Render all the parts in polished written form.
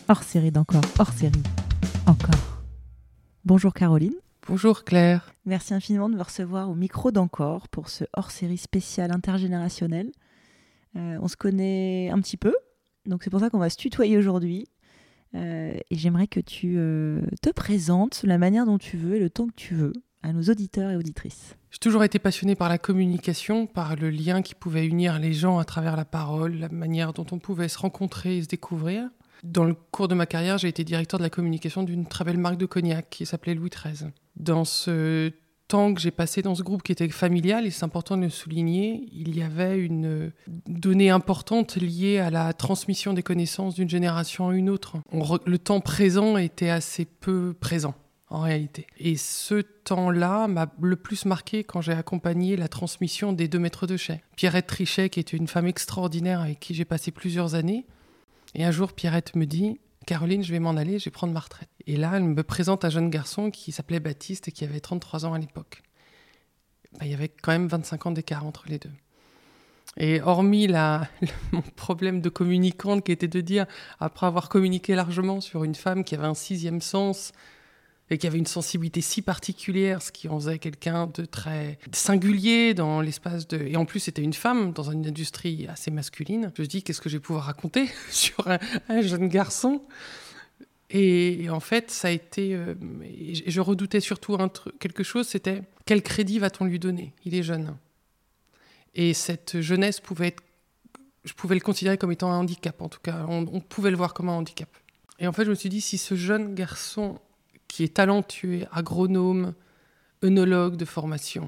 Hors série d'encore, hors série, encore. Bonjour Caroline. Bonjour Claire. Merci infiniment de me recevoir au micro d'Encore pour ce hors-série spécial intergénérationnel. On se connaît un petit peu, donc c'est pour ça qu'on va se tutoyer aujourd'hui. Et j'aimerais que tu te présentes de la manière dont tu veux et le temps que tu veux à nos auditeurs et auditrices. J'ai toujours été passionnée par la communication, par le lien qui pouvait unir les gens à travers la parole, la manière dont on pouvait se rencontrer et se découvrir. Dans le cours de ma carrière, j'ai été directeur de la communication d'une très belle marque de cognac qui s'appelait Louis XIII. Dans ce temps que j'ai passé dans ce groupe qui était familial, et c'est important de le souligner, il y avait une donnée importante liée à la transmission des connaissances d'une génération à une autre. Le temps présent était assez peu présent, en réalité. Et ce temps-là m'a le plus marqué quand j'ai accompagné la transmission des 2 maîtres de chais. Pierrette Trichet, qui était une femme extraordinaire avec qui j'ai passé plusieurs années. Et un jour, Pierrette me dit « Caroline, je vais m'en aller, je vais prendre ma retraite ». Et là, elle me présente un jeune garçon qui s'appelait Baptiste et qui avait 33 ans à l'époque. Il y avait quand même 25 ans d'écart entre les deux. Et hormis mon problème de communicante qui était de dire, après avoir communiqué largement sur une femme qui avait un 6e sens et qui avait une sensibilité si particulière, ce qui en faisait quelqu'un de très singulier dans l'espace de... Et en plus, c'était une femme dans une industrie assez masculine. Je me dis, qu'est-ce que je vais pouvoir raconter sur un jeune garçon ? Et en fait, ça a été... je redoutais surtout quelque chose, c'était quel crédit va-t-on lui donner ? Il est jeune. Et cette jeunesse je pouvais le considérer comme étant un handicap, en tout cas. On pouvait le voir comme un handicap. Et en fait, je me suis dit, si ce jeune garçon qui est talentueux, agronome, œnologue de formation,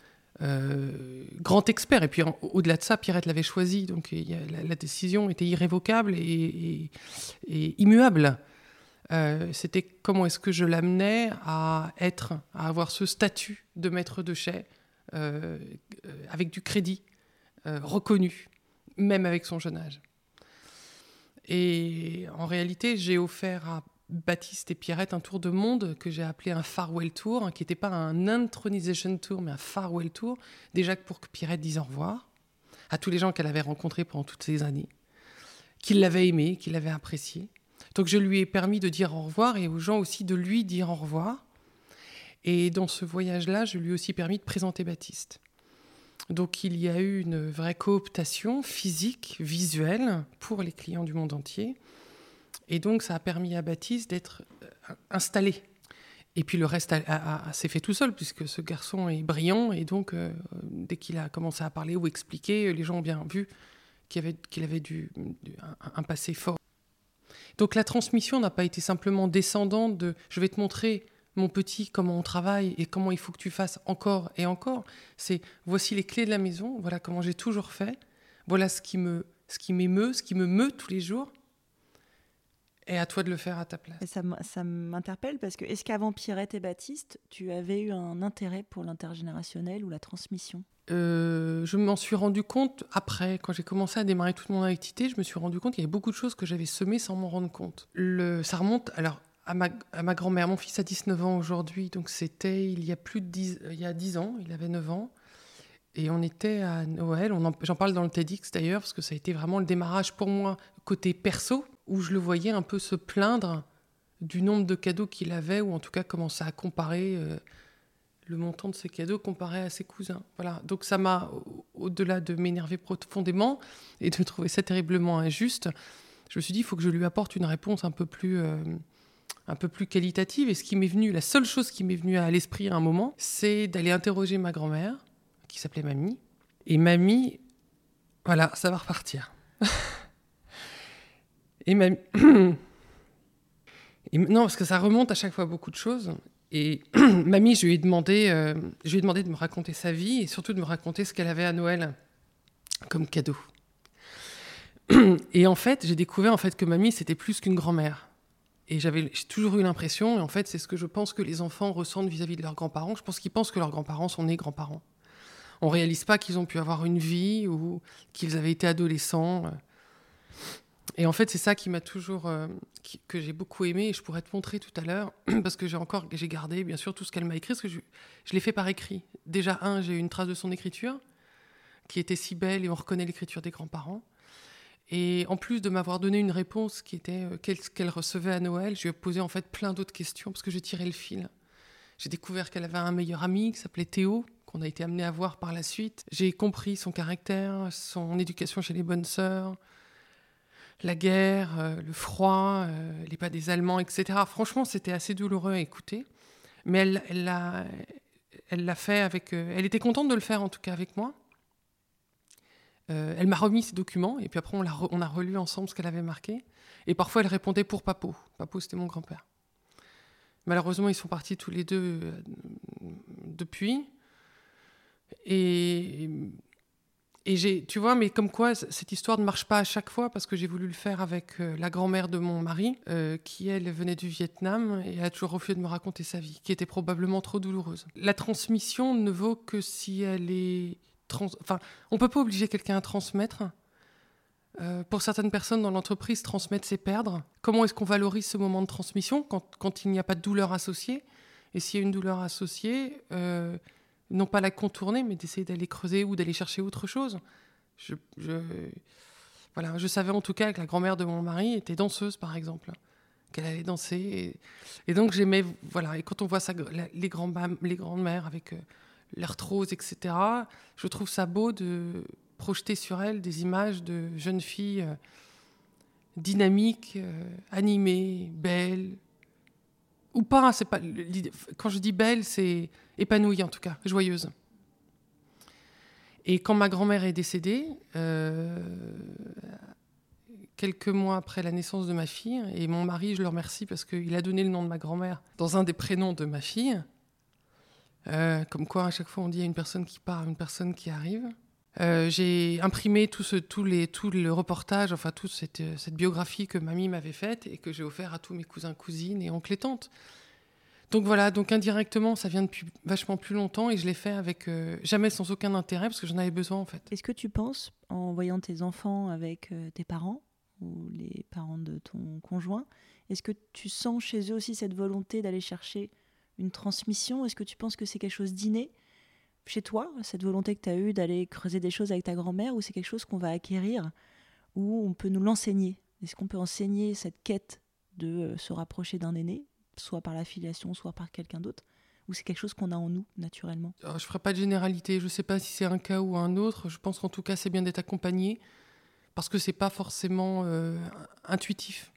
grand expert, et puis au-delà de ça, Pierrette l'avait choisi, donc la décision était irrévocable et immuable. C'était comment est-ce que je l'amenais à avoir ce statut de maître de chais avec du crédit reconnu, même avec son jeune âge. Et en réalité, j'ai offert à Baptiste et Pierrette un tour de monde que j'ai appelé un farewell tour, qui n'était pas un intronisation tour, mais un farewell tour, déjà pour que Pierrette dise au revoir à tous les gens qu'elle avait rencontrés pendant toutes ces années, qu'ils l'avaient aimé, qu'ils l'avaient apprécié. Donc je lui ai permis de dire au revoir et aux gens aussi de lui dire au revoir. Et dans ce voyage-là, je lui ai aussi permis de présenter Baptiste. Donc il y a eu une vraie cooptation physique, visuelle, pour les clients du monde entier. Et donc ça a permis à Baptiste d'être installé. Et puis le reste s'est fait tout seul, puisque ce garçon est brillant. Et donc dès qu'il a commencé à parler ou expliquer, les gens ont bien vu qu'il avait un passé fort. Donc la transmission n'a pas été simplement descendante de « je vais te montrer, mon petit, comment on travaille et comment il faut que tu fasses encore et encore ». C'est « voici les clés de la maison, voilà comment j'ai toujours fait, voilà ce qui m'émeut, ce qui me meut tous les jours, et à toi de le faire à ta place ». Ça m'interpelle parce que est-ce qu'avant Pierrette et Baptiste, tu avais eu un intérêt pour l'intergénérationnel ou la transmission ? Je m'en suis rendu compte après, quand j'ai commencé à démarrer toute mon activité, je me suis rendu compte qu'il y avait beaucoup de choses que j'avais semées sans m'en rendre compte. Ça remonte alors à ma grand-mère. Mon fils a 19 ans aujourd'hui, donc c'était il y a 10 ans, il avait 9 ans. Et on était à Noël, j'en parle dans le TEDx d'ailleurs, parce que ça a été vraiment le démarrage pour moi, côté perso, où je le voyais un peu se plaindre du nombre de cadeaux qu'il avait, ou en tout cas commencer à comparer le montant de ses cadeaux comparé à ses cousins. Voilà. Donc ça m'a, au-delà de m'énerver profondément et de trouver ça terriblement injuste, je me suis dit, il faut que je lui apporte une réponse un peu plus qualitative. Et la seule chose qui m'est venue à l'esprit à un moment, c'est d'aller interroger ma grand-mère, qui s'appelait Mamie. Et Mamie, voilà, ça va repartir. Et Mamie... non, parce que ça remonte à chaque fois beaucoup de choses. Et Mamie, je lui ai demandé de me raconter sa vie et surtout de me raconter ce qu'elle avait à Noël comme cadeau. Et en fait, j'ai découvert que Mamie, c'était plus qu'une grand-mère. Et j'ai toujours eu l'impression, et en fait, c'est ce que je pense que les enfants ressentent vis-à-vis de leurs grands-parents. Je pense qu'ils pensent que leurs grands-parents sont nés grands-parents. On ne réalise pas qu'ils ont pu avoir une vie ou qu'ils avaient été adolescents. Et en fait, c'est ça qui m'a toujours... que j'ai beaucoup aimé, et je pourrais te montrer tout à l'heure, parce que j'ai gardé, bien sûr, tout ce qu'elle m'a écrit, parce que je l'ai fait par écrit. Déjà, j'ai eu une trace de son écriture, qui était si belle, et on reconnaît l'écriture des grands-parents. Et en plus de m'avoir donné une réponse qui était qu'elle recevait à Noël, je lui ai posé en fait plein d'autres questions parce que j'ai tiré le fil. J'ai découvert qu'elle avait un meilleur ami qui s'appelait Théo, qu'on a été amené à voir par la suite. J'ai compris son caractère, son éducation chez les bonnes sœurs, la guerre, le froid, les pas des Allemands, etc. Franchement, c'était assez douloureux à écouter. Mais elle l'a fait avec... elle était contente de le faire, en tout cas, avec moi. Elle m'a remis ses documents, et puis après, on a relu ensemble ce qu'elle avait marqué. Et parfois, elle répondait pour Papo. Papo, c'était mon grand-père. Malheureusement, ils sont partis tous les deux depuis. Et tu vois, mais comme quoi, cette histoire ne marche pas à chaque fois, parce que j'ai voulu le faire avec la grand-mère de mon mari, qui, elle, venait du Vietnam, et a toujours refusé de me raconter sa vie, qui était probablement trop douloureuse. La transmission ne vaut que si elle est... Enfin, on ne peut pas obliger quelqu'un à transmettre. Pour certaines personnes dans l'entreprise, transmettre, c'est perdre. Comment est-ce qu'on valorise ce moment de transmission quand il n'y a pas de douleur associée ? Et s'il y a une douleur associée, non pas la contourner, mais d'essayer d'aller creuser ou d'aller chercher autre chose. Voilà, je savais en tout cas que la grand-mère de mon mari était danseuse, par exemple, qu'elle allait danser. Et donc j'aimais... Voilà, et quand on voit ça, les grandes-mères avec l'arthrose, etc., je trouve ça beau de projeter sur elles des images de jeunes filles dynamiques, animées, belles, ou pas, c'est pas l'idée. Quand je dis belle, c'est épanouie en tout cas, joyeuse. Et quand ma grand-mère est décédée, quelques mois après la naissance de ma fille, et mon mari, je le remercie parce qu'il a donné le nom de ma grand-mère dans un des prénoms de ma fille, comme quoi à chaque fois on dit il y a une personne qui part, une personne qui arrive. J'ai imprimé tout le reportage, enfin toute cette biographie que mamie m'avait faite et que j'ai offert à tous mes cousins, cousines et oncles et tantes. Donc voilà, donc indirectement, ça vient depuis vachement plus longtemps et je l'ai fait avec jamais sans aucun intérêt parce que j'en avais besoin en fait. Est-ce que tu penses, en voyant tes enfants avec tes parents ou les parents de ton conjoint, est-ce que tu sens chez eux aussi cette volonté d'aller chercher une transmission ? Est-ce que tu penses que c'est quelque chose d'inné chez toi, cette volonté que tu as eue d'aller creuser des choses avec ta grand-mère, ou c'est quelque chose qu'on va acquérir, ou on peut nous l'enseigner ? Est-ce qu'on peut enseigner cette quête de se rapprocher d'un aîné, soit par la filiation, soit par quelqu'un d'autre, ou c'est quelque chose qu'on a en nous, naturellement ? Alors, je ne ferai pas de généralité, je ne sais pas si c'est un cas ou un autre, je pense qu'en tout cas c'est bien d'être accompagné, parce que ce n'est pas forcément intuitif.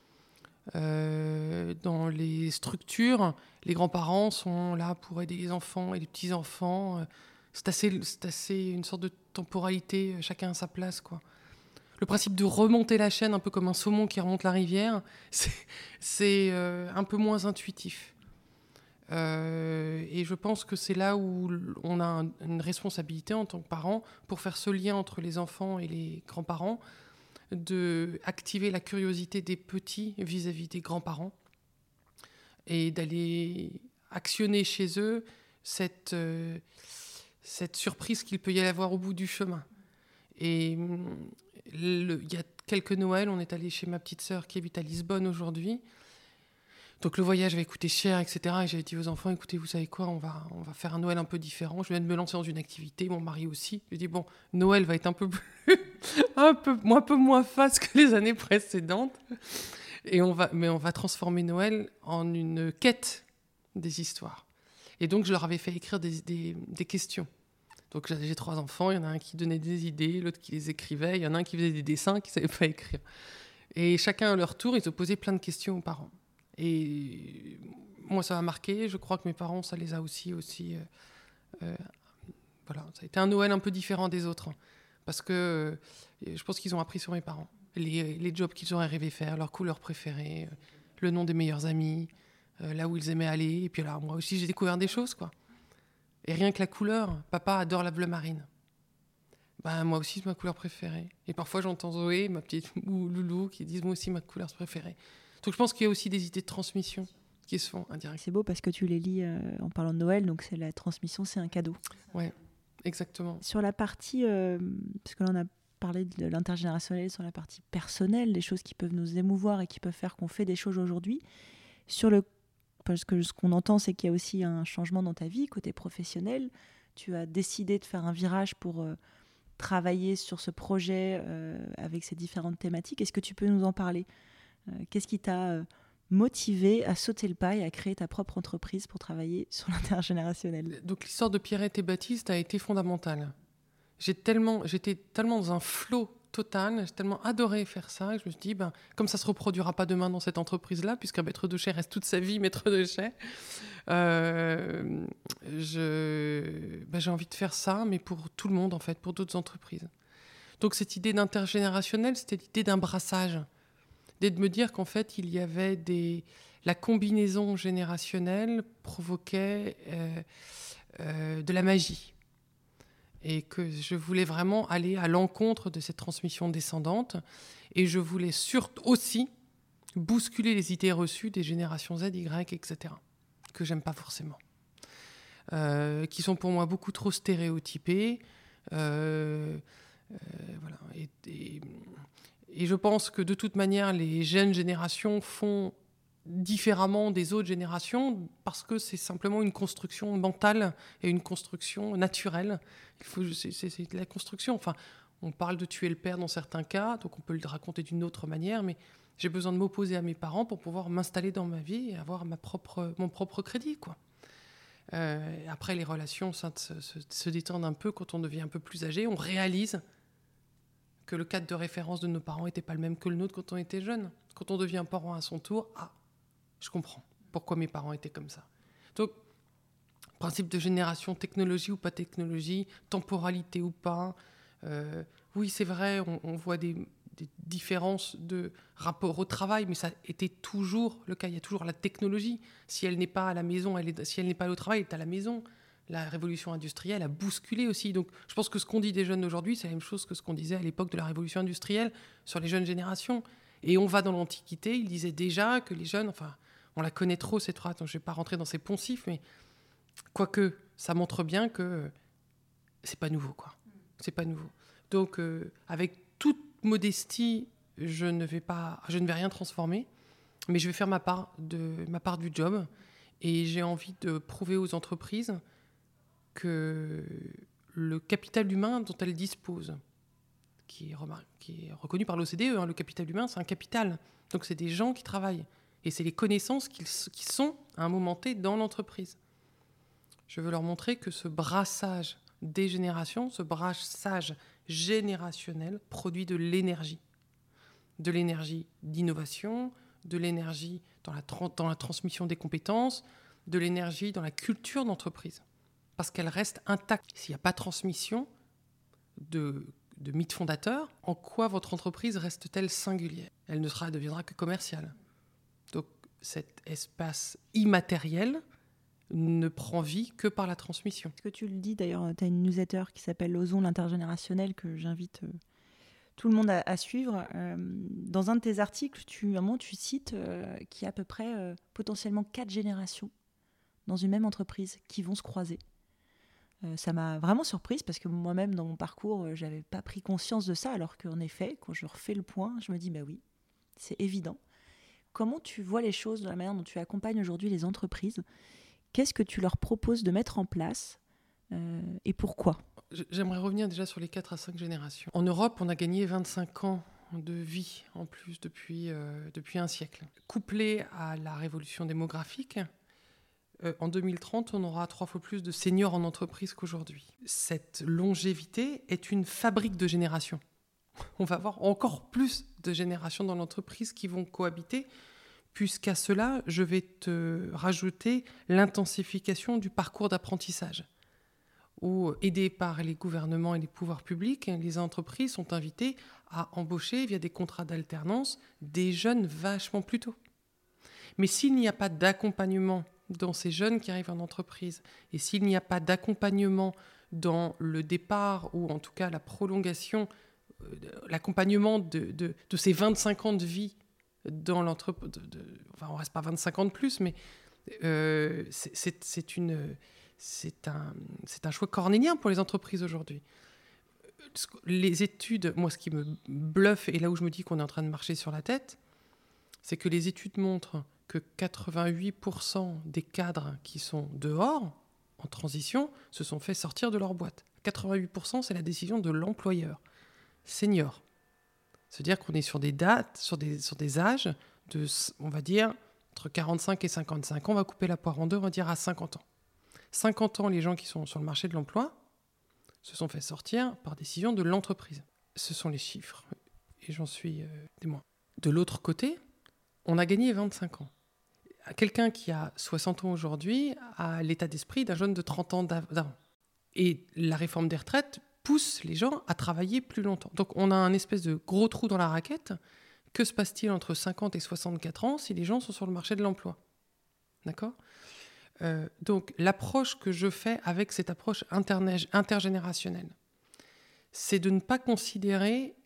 Dans les structures, les grands-parents sont là pour aider les enfants et les petits-enfants. C'est assez une sorte de temporalité, chacun à sa place, quoi. Le principe de remonter la chaîne, un peu comme un saumon qui remonte la rivière, c'est un peu moins intuitif. Et je pense que c'est là où on a une responsabilité en tant que parent pour faire ce lien entre les enfants et les grands-parents, de activer la curiosité des petits vis-à-vis des grands-parents et d'aller actionner chez eux cette surprise qu'il peut y avoir au bout du chemin. Et il y a quelques Noëls, on est allé chez ma petite sœur qui habite à Lisbonne aujourd'hui. Donc le voyage avait coûté cher, etc. Et j'avais dit aux enfants, écoutez, vous savez quoi, on va faire un Noël un peu différent. Je viens de me lancer dans une activité, mon mari aussi. Je lui ai dit, bon, Noël va être un peu moins face que les années précédentes. Mais on va transformer Noël en une quête des histoires. Et donc je leur avais fait écrire des questions. Donc j'ai 3 enfants, il y en a un qui donnait des idées, l'autre qui les écrivait, il y en a un qui faisait des dessins, qui ne savait pas écrire. Et chacun à leur tour, ils ont posé plein de questions aux parents. Et moi, ça m'a marqué. Je crois que mes parents, ça les a aussi. Voilà, ça a été un Noël un peu différent des autres. Parce que je pense qu'ils ont appris sur mes parents. Les jobs qu'ils auraient rêvé faire, leurs couleurs préférées, le nom des meilleurs amis, là où ils aimaient aller. Et puis là, moi aussi, j'ai découvert des choses, quoi. Et rien que la couleur, papa adore la bleu marine. Ben, moi aussi, c'est ma couleur préférée. Et parfois, j'entends Zoé, ma petite Loulou, qui disent moi aussi ma couleur préférée. Donc je pense qu'il y a aussi des idées de transmission qui se font indirectement. C'est beau parce que tu les lis en parlant de Noël, donc c'est la transmission, c'est un cadeau. Ouais, exactement. Sur la partie, parce que là on a parlé de l'intergénérationnel, sur la partie personnelle, des choses qui peuvent nous émouvoir et qui peuvent faire qu'on fait des choses aujourd'hui. Parce que ce qu'on entend, c'est qu'il y a aussi un changement dans ta vie, côté professionnel. Tu as décidé de faire un virage pour travailler sur ce projet avec ces différentes thématiques. Est-ce que tu peux nous en parler ? Qu'est-ce qui t'a motivé à sauter le pas et à créer ta propre entreprise pour travailler sur l'intergénérationnel ? Donc l'histoire de Pierrette et Baptiste a été fondamentale. J'étais tellement dans un flot total, j'ai tellement adoré faire ça, et je me suis dit, comme ça ne se reproduira pas demain dans cette entreprise-là, puisqu'un maître de chai reste toute sa vie maître de chai, j'ai envie de faire ça, mais pour tout le monde, en fait, pour d'autres entreprises. Donc cette idée d'intergénérationnel, c'était l'idée d'un brassage, d'être de me dire qu'en fait, il y avait la combinaison générationnelle provoquait de la magie. Et que je voulais vraiment aller à l'encontre de cette transmission descendante. Et je voulais surtout aussi bousculer les idées reçues des générations Z, Y, etc., que j'aime pas forcément. Qui sont pour moi beaucoup trop stéréotypées. Voilà. Et je pense que de toute manière, les jeunes générations font différemment des autres générations parce que c'est simplement une construction mentale et une construction naturelle. C'est de la construction. Enfin, on parle de tuer le père dans certains cas, donc on peut le raconter d'une autre manière, mais j'ai besoin de m'opposer à mes parents pour pouvoir m'installer dans ma vie et avoir mon propre crédit, quoi. Après, les relations se détendent un peu quand on devient un peu plus âgé. On réalise que le cadre de référence de nos parents n'était pas le même que le nôtre quand on était jeune. Quand on devient parent à son tour, je comprends pourquoi mes parents étaient comme ça. Donc, principe de génération, technologie ou pas technologie, temporalité ou pas. Oui, c'est vrai, on voit des différences de rapport au travail, mais ça était toujours le cas. Il y a toujours la technologie. Si elle n'est pas à la maison, si elle n'est pas au travail, elle est à la maison. La révolution industrielle a bousculé aussi. Donc, je pense que ce qu'on dit des jeunes aujourd'hui, c'est la même chose que ce qu'on disait à l'époque de la révolution industrielle sur les jeunes générations. Et on va dans l'Antiquité, ils disaient déjà que les jeunes, enfin, on la connaît trop cette phrase, donc je ne vais pas rentrer dans ces poncifs, mais quoique, ça montre bien que c'est pas nouveau, quoi. C'est pas nouveau. Donc, avec toute modestie, je ne vais rien transformer, mais je vais faire ma part du job. Et j'ai envie de prouver aux entreprises que le capital humain dont elles disposent, qui est reconnu par l'OCDE, le capital humain, c'est un capital. Donc, c'est des gens qui travaillent. Et c'est les connaissances qui sont, à un moment T, dans l'entreprise. Je veux leur montrer que ce brassage des générations, ce brassage générationnel produit de l'énergie. De l'énergie d'innovation, de l'énergie dans la transmission des compétences, de l'énergie dans la culture d'entreprise. Parce qu'elle reste intacte. S'il n'y a pas de transmission de mythe fondateur, en quoi votre entreprise reste-t-elle singulière ? Elle ne deviendra que commerciale. Donc cet espace immatériel ne prend vie que par la transmission. Est-ce que tu le dis d'ailleurs, tu as une newsletter qui s'appelle Osons l'intergénérationnel que j'invite tout le monde à suivre. Dans un de tes articles, tu cites qu'il y a à peu près potentiellement 4 générations dans une même entreprise qui vont se croiser. Ça m'a vraiment surprise parce que moi-même, dans mon parcours, je n'avais pas pris conscience de ça, alors qu'en effet, quand je refais le point, je me dis, oui, c'est évident. Comment tu vois les choses de la manière dont tu accompagnes aujourd'hui les entreprises ? Qu'est-ce que tu leur proposes de mettre en place et pourquoi ? J'aimerais revenir déjà sur les 4 à 5 générations. En Europe, on a gagné 25 ans de vie en plus depuis un siècle. Couplé à la révolution démographique, en 2030, on aura 3 fois plus de seniors en entreprise qu'aujourd'hui. Cette longévité est une fabrique de générations. On va avoir encore plus de générations dans l'entreprise qui vont cohabiter, puisqu'à cela, je vais te rajouter l'intensification du parcours d'apprentissage, où, aidés par les gouvernements et les pouvoirs publics, les entreprises sont invitées à embaucher, via des contrats d'alternance, des jeunes vachement plus tôt. Mais s'il n'y a pas d'accompagnement dans ces jeunes qui arrivent en entreprise, et s'il n'y a pas d'accompagnement dans le départ, ou en tout cas la prolongation, l'accompagnement de ces 25 ans de vie dans l'entreprise, enfin on reste pas 25 ans de plus, mais c'est un choix cornélien pour les entreprises aujourd'hui. Les études, moi ce qui me bluffe, et là où je me dis qu'on est en train de marcher sur la tête, c'est que les études montrent que 88% des cadres qui sont dehors, en transition, se sont fait sortir de leur boîte. 88%, c'est la décision de l'employeur senior. C'est-à-dire qu'on est sur des dates, sur des âges de, on va dire, entre 45 et 55 ans. On va couper la poire en deux, on va dire à 50 ans. 50 ans, les gens qui sont sur le marché de l'emploi se sont fait sortir par décision de l'entreprise. Ce sont les chiffres, et j'en suis témoin. De l'autre côté, on a gagné 25 ans. Quelqu'un qui a 60 ans aujourd'hui a l'état d'esprit d'un jeune de 30 ans d'avant. Et la réforme des retraites pousse les gens à travailler plus longtemps. Donc on a un espèce de gros trou dans la raquette. Que se passe-t-il entre 50 et 64 ans si les gens sont sur le marché de l'emploi ? D'accord ? Donc l'approche que je fais avec cette approche intergénérationnelle, c'est de ne pas considérer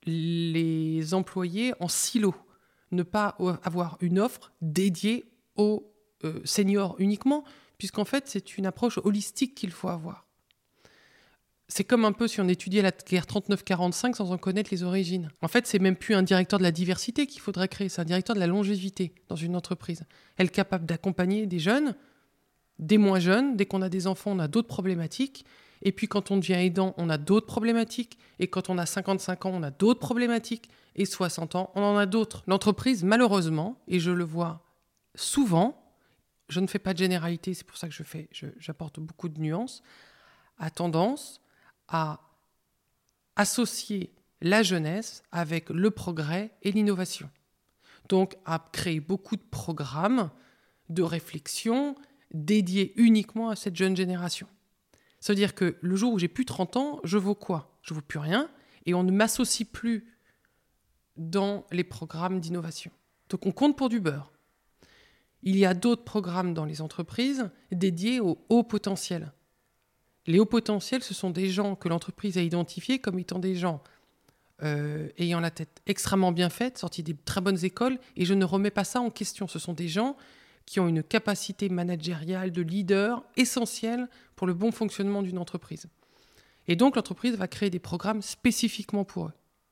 les employés en silo, ne pas avoir une offre dédiée aux seniors uniquement, puisqu'en fait c'est une approche holistique qu'il faut avoir. C'est comme un peu si on étudiait la guerre 39-45 sans en connaître les origines. En fait, c'est même plus un directeur de la diversité qu'il faudrait créer, c'est un directeur de la longévité dans une entreprise. Elle est capable d'accompagner des jeunes, des moins jeunes. Dès qu'on a des enfants, on a d'autres problématiques. Et puis quand on devient aidant, on a d'autres problématiques. Et quand on a 55 ans, on a d'autres problématiques. Et 60 ans, on en a d'autres. L'entreprise, malheureusement, et je le vois souvent, je ne fais pas de généralité, c'est pour ça que j'apporte beaucoup de nuances, a tendance à associer la jeunesse avec le progrès et l'innovation. Donc à créer beaucoup de programmes de réflexion dédiés uniquement à cette jeune génération. C'est-à-dire que le jour où j'ai plus 30 ans, je vaux quoi ? Je vaux plus rien et on ne m'associe plus dans les programmes d'innovation. Donc on compte pour du beurre. Il y a d'autres programmes dans les entreprises dédiés au haut potentiel. Les hauts potentiels, ce sont des gens que l'entreprise a identifiés comme étant des gens ayant la tête extrêmement bien faite, sortis des très bonnes écoles, et je ne remets pas ça en question. Ce sont des gens qui ont une capacité managériale de leader essentielle pour le bon fonctionnement d'une entreprise. Et donc, l'entreprise va créer des programmes spécifiquement pour eux.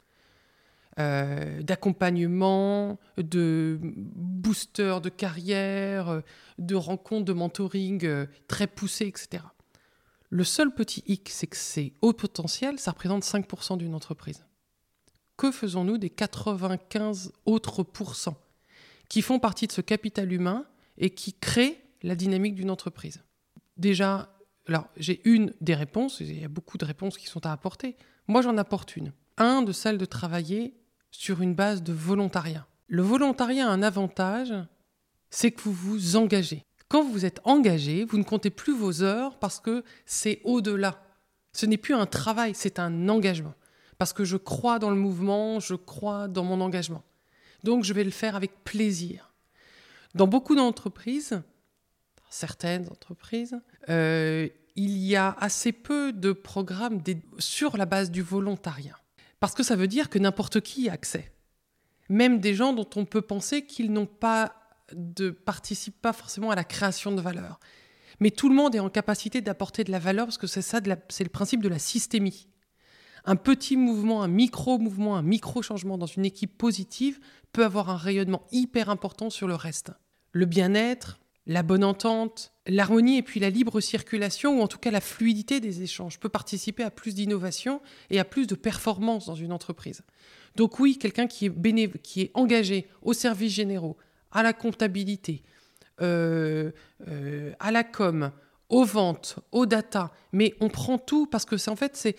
D'accompagnement, de booster de carrière, de rencontres, de mentoring très poussés, etc. Le seul petit hic, c'est que ces hauts potentiels, ça représente 5% d'une entreprise. Que faisons-nous des 95 autres pourcents qui font partie de ce capital humain et qui créent la dynamique d'une entreprise ? Déjà, alors j'ai une des réponses, il y a beaucoup de réponses qui sont à apporter. Moi, j'en apporte une. De celle de travailler sur une base de volontariat. Le volontariat a un avantage, c'est que vous vous engagez. Quand vous êtes engagé, vous ne comptez plus vos heures parce que c'est au-delà. Ce n'est plus un travail, c'est un engagement. Parce que je crois dans le mouvement, je crois dans mon engagement. Donc je vais le faire avec plaisir. Dans beaucoup d'entreprises, certaines entreprises, il y a assez peu de programmes sur la base du volontariat. Parce que ça veut dire que n'importe qui y a accès. Même des gens dont on peut penser qu'ils participent pas forcément à la création de valeur. Mais tout le monde est en capacité d'apporter de la valeur parce que c'est le principe de la systémie. Un petit mouvement, un micro-mouvement, un micro-changement dans une équipe positive peut avoir un rayonnement hyper important sur le reste. Le bien-être, la bonne entente, l'harmonie et puis la libre circulation ou en tout cas la fluidité des échanges peut participer à plus d'innovation et à plus de performance dans une entreprise. Donc oui, quelqu'un qui est engagé aux services généraux, à la comptabilité, à la com, aux ventes, aux data, mais on prend tout parce que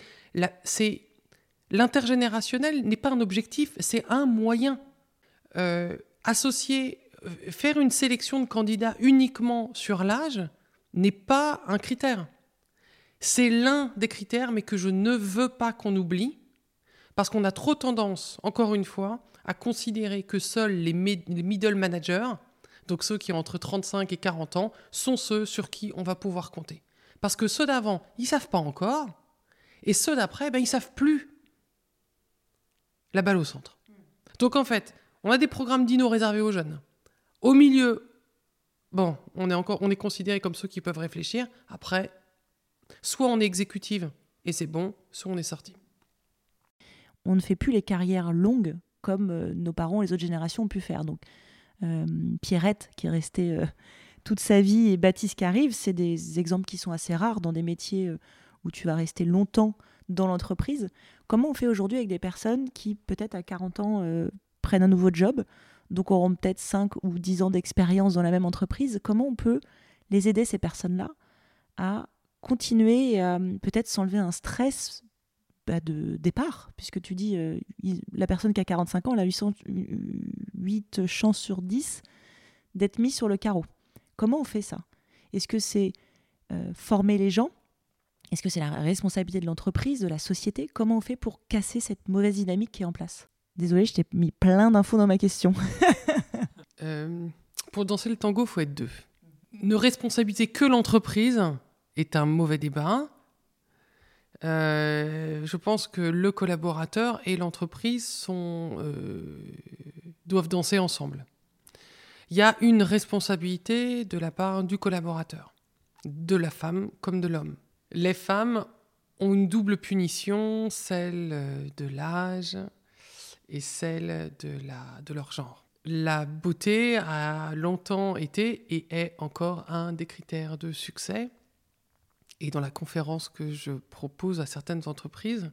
l'intergénérationnel n'est pas un objectif, c'est un moyen. Faire une sélection de candidats uniquement sur l'âge n'est pas un critère. C'est l'un des critères, mais que je ne veux pas qu'on oublie, parce qu'on a trop tendance, encore une fois, à considérer que seuls les middle managers, donc ceux qui ont entre 35 et 40 ans, sont ceux sur qui on va pouvoir compter. Parce que ceux d'avant, ils ne savent pas encore, et ceux d'après, ils ne savent plus. La balle au centre. Donc en fait, on a des programmes d'inno réservés aux jeunes. Au milieu, on est considéré comme ceux qui peuvent réfléchir. Après, soit on est exécutive et c'est bon, soit on est sorti. On ne fait plus les carrières longues comme nos parents et les autres générations ont pu faire. Donc, Pierrette, qui est restée toute sa vie, et Baptiste qui arrive, c'est des exemples qui sont assez rares dans des métiers où où tu vas rester longtemps dans l'entreprise. Comment on fait aujourd'hui avec des personnes qui, peut-être à 40 ans, prennent un nouveau job, donc auront peut-être 5 ou 10 ans d'expérience dans la même entreprise? Comment on peut les aider, ces personnes-là, à continuer et à peut-être s'enlever un stress de départ, puisque tu dis la personne qui a 45 ans, elle a 8 chances sur 10 d'être mise sur le carreau. Comment on fait ça? Est-ce que c'est former les gens? Est-ce que c'est la responsabilité de l'entreprise, de la société? Comment on fait pour casser cette mauvaise dynamique qui est en place? Désolée, je t'ai mis plein d'infos dans ma question. Pour danser le tango, il faut être deux. Ne responsabiliser que l'entreprise est un mauvais débat. Je pense que le collaborateur et l'entreprise doivent danser ensemble. Il y a une responsabilité de la part du collaborateur, de la femme comme de l'homme. Les femmes ont une double punition, celle de l'âge et celle de leur genre. La beauté a longtemps été et est encore un des critères de succès. Et dans la conférence que je propose à certaines entreprises,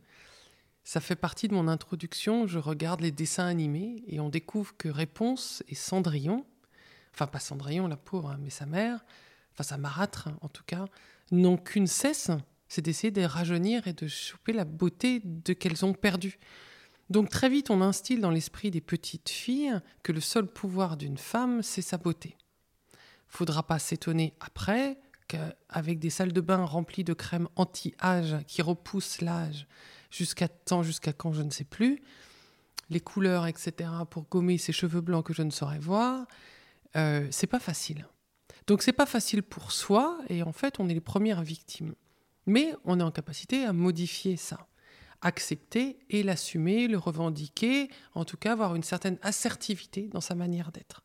ça fait partie de mon introduction. Je regarde les dessins animés et on découvre que Réponse et Cendrillon, enfin pas Cendrillon, la pauvre, hein, mais sa mère, enfin sa marâtre en tout cas, n'ont qu'une cesse, c'est d'essayer de rajeunir et de choper la beauté qu'elles ont perdue. Donc très vite, on instille dans l'esprit des petites filles que le seul pouvoir d'une femme, c'est sa beauté. Faudra pas s'étonner après qu'avec des salles de bain remplies de crème anti-âge qui repoussent l'âge jusqu'à quand, je ne sais plus, les couleurs, etc., pour gommer ces cheveux blancs que je ne saurais voir, c'est pas facile. Donc c'est pas facile pour soi, et en fait, on est les premières victimes. Mais on est en capacité à modifier ça, accepter et l'assumer, le revendiquer, en tout cas avoir une certaine assertivité dans sa manière d'être.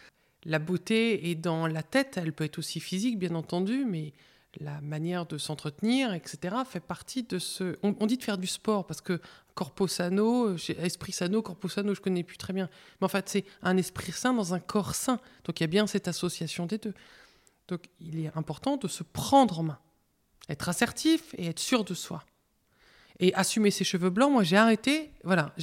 La beauté est dans la tête, elle peut être aussi physique, bien entendu, mais la manière de s'entretenir, etc., fait partie de ce... On dit de faire du sport, parce que corpo sano, esprit sano, corpo sano, je ne connais plus très bien. Mais en fait, c'est un esprit sain dans un corps sain. Donc il y a bien cette association des deux. Donc il est important de se prendre en main, être assertif et être sûr de soi. Et assumer ses cheveux blancs, moi j'ai arrêté,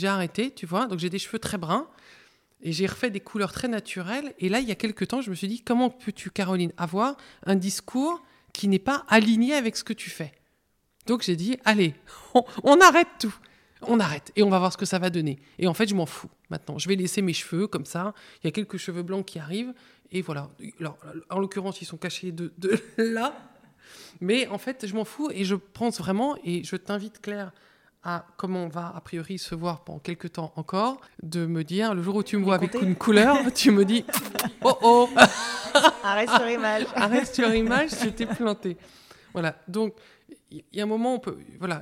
tu vois, donc j'ai des cheveux très bruns, et j'ai refait des couleurs très naturelles. Et là, il y a quelques temps, je me suis dit, comment peux-tu, Caroline, avoir un discours qui n'est pas aligné avec ce que tu fais? Donc j'ai dit, allez, on arrête tout. On arrête et on va voir ce que ça va donner. Et en fait, je m'en fous maintenant. Je vais laisser mes cheveux comme ça. Il y a quelques cheveux blancs qui arrivent. Et voilà. Alors, en l'occurrence, ils sont cachés de là. Mais en fait, je m'en fous et je pense vraiment, et je t'invite, Claire, comme on va a priori se voir pendant quelques temps encore, de me dire, le jour où tu me vois avec une couleur, tu me dis « Oh !» Arrête sur image. Arrête sur image, je t'ai planté. Voilà, donc il y a un moment où on peut... Voilà.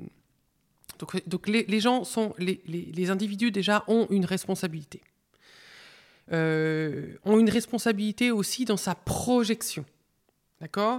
Donc les gens sont... Les individus déjà ont une responsabilité. Ont une responsabilité aussi dans sa projection. D'accord ?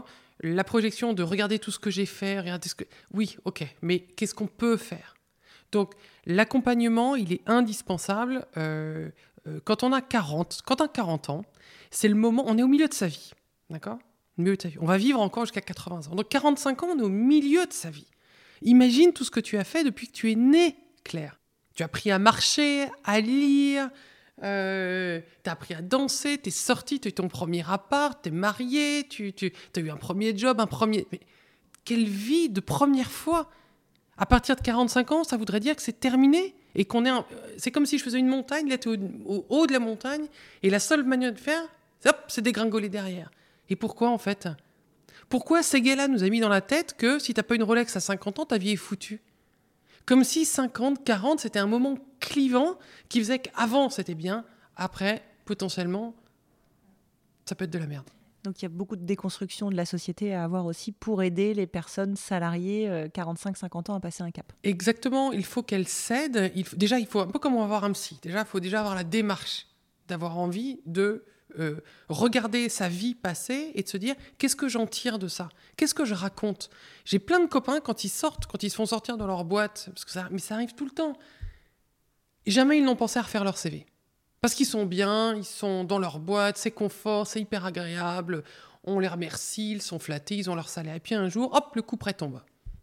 La projection de regarder tout ce que j'ai fait, regarder ce que... Oui, ok, mais qu'est-ce qu'on peut faire? Donc, l'accompagnement, il est indispensable quand on a 40 ans, c'est le moment, on est au milieu de sa vie, d'accord? Au milieu de sa vie. On va vivre encore jusqu'à 80 ans. Donc, 45 ans, on est au milieu de sa vie. Imagine tout ce que tu as fait depuis que tu es né, Claire. Tu as appris à marcher, à lire... t'as appris à danser, t'es sorti, t'as eu ton premier appart, t'es marié, t'as eu un premier job, Mais quelle vie de première fois! À partir de 45 ans, ça voudrait dire que c'est terminé et c'est comme si je faisais une montagne, là t'es au haut de la montagne et la seule manière de faire, c'est dégringoler derrière. Et pourquoi en fait? Pourquoi ces gars-là nous a mis dans la tête que si t'as pas une Rolex à 50 ans, ta vie est foutue? Comme si 50, 40, c'était un moment clivant qui faisait qu'avant, c'était bien. Après, potentiellement, ça peut être de la merde. Donc, il y a beaucoup de déconstruction de la société à avoir aussi pour aider les personnes salariées 45-50 ans à passer un cap. Exactement. Il faut qu'elles cèdent. Déjà, il faut un peu comme on va voir un psy. Déjà, il faut déjà avoir la démarche d'avoir envie de regarder sa vie passée et de se dire qu'est-ce que j'en tire de ça? Qu'est-ce que je raconte? J'ai plein de copains quand ils se font sortir de leur boîte, mais ça arrive tout le temps. Et jamais ils n'ont pensé à refaire leur CV. Parce qu'ils sont bien, ils sont dans leur boîte, c'est confort, c'est hyper agréable, on les remercie, ils sont flattés, ils ont leur salaire. Et puis un jour, hop, le coup près tombe.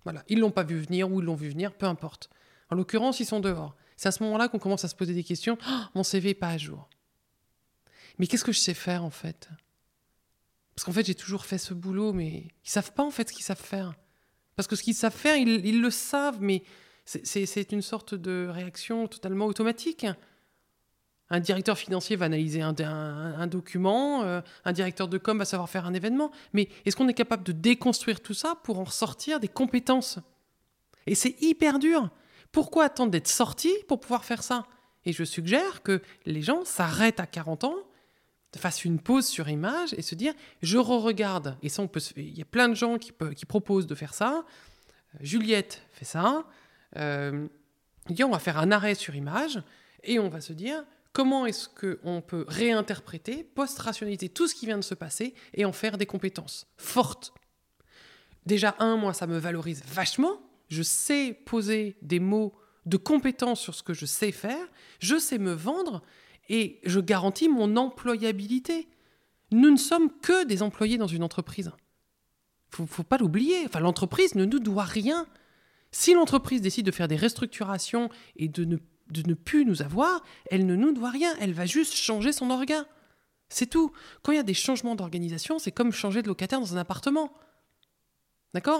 Voilà. Ils ne l'ont pas vu venir ou ils l'ont vu venir, peu importe. En l'occurrence, ils sont dehors. C'est à ce moment-là qu'on commence à se poser des questions. Oh, mon CV n'est pas à jour. Mais qu'est-ce que je sais faire, en fait ? Parce qu'en fait, j'ai toujours fait ce boulot, mais ils ne savent pas, en fait, ce qu'ils savent faire. Parce que ce qu'ils savent faire, ils le savent, mais c'est une sorte de réaction totalement automatique. Un directeur financier va analyser un document, un directeur de com va savoir faire un événement. Mais est-ce qu'on est capable de déconstruire tout ça pour en ressortir des compétences ? Et c'est hyper dur. Pourquoi attendre d'être sorti pour pouvoir faire ça ? Et je suggère que les gens s'arrêtent à 40 ans, fassent une pause sur image et se dire « je re-regarde ». Et ça, il y a plein de gens qui proposent de faire ça. Juliette fait ça. On va faire un arrêt sur image et on va se dire comment est-ce qu'on peut réinterpréter, post-rationaliser tout ce qui vient de se passer et en faire des compétences fortes. Déjà, moi, ça me valorise vachement. Je sais poser des mots de compétences sur ce que je sais faire. Je sais me vendre et je garantis mon employabilité. Nous ne sommes que des employés dans une entreprise. Faut pas l'oublier. Enfin, l'entreprise ne nous doit rien. Si l'entreprise décide de faire des restructurations et de ne plus nous avoir, elle ne nous doit rien. Elle va juste changer son orga. C'est tout. Quand il y a des changements d'organisation, c'est comme changer de locataire dans un appartement. D'accord ?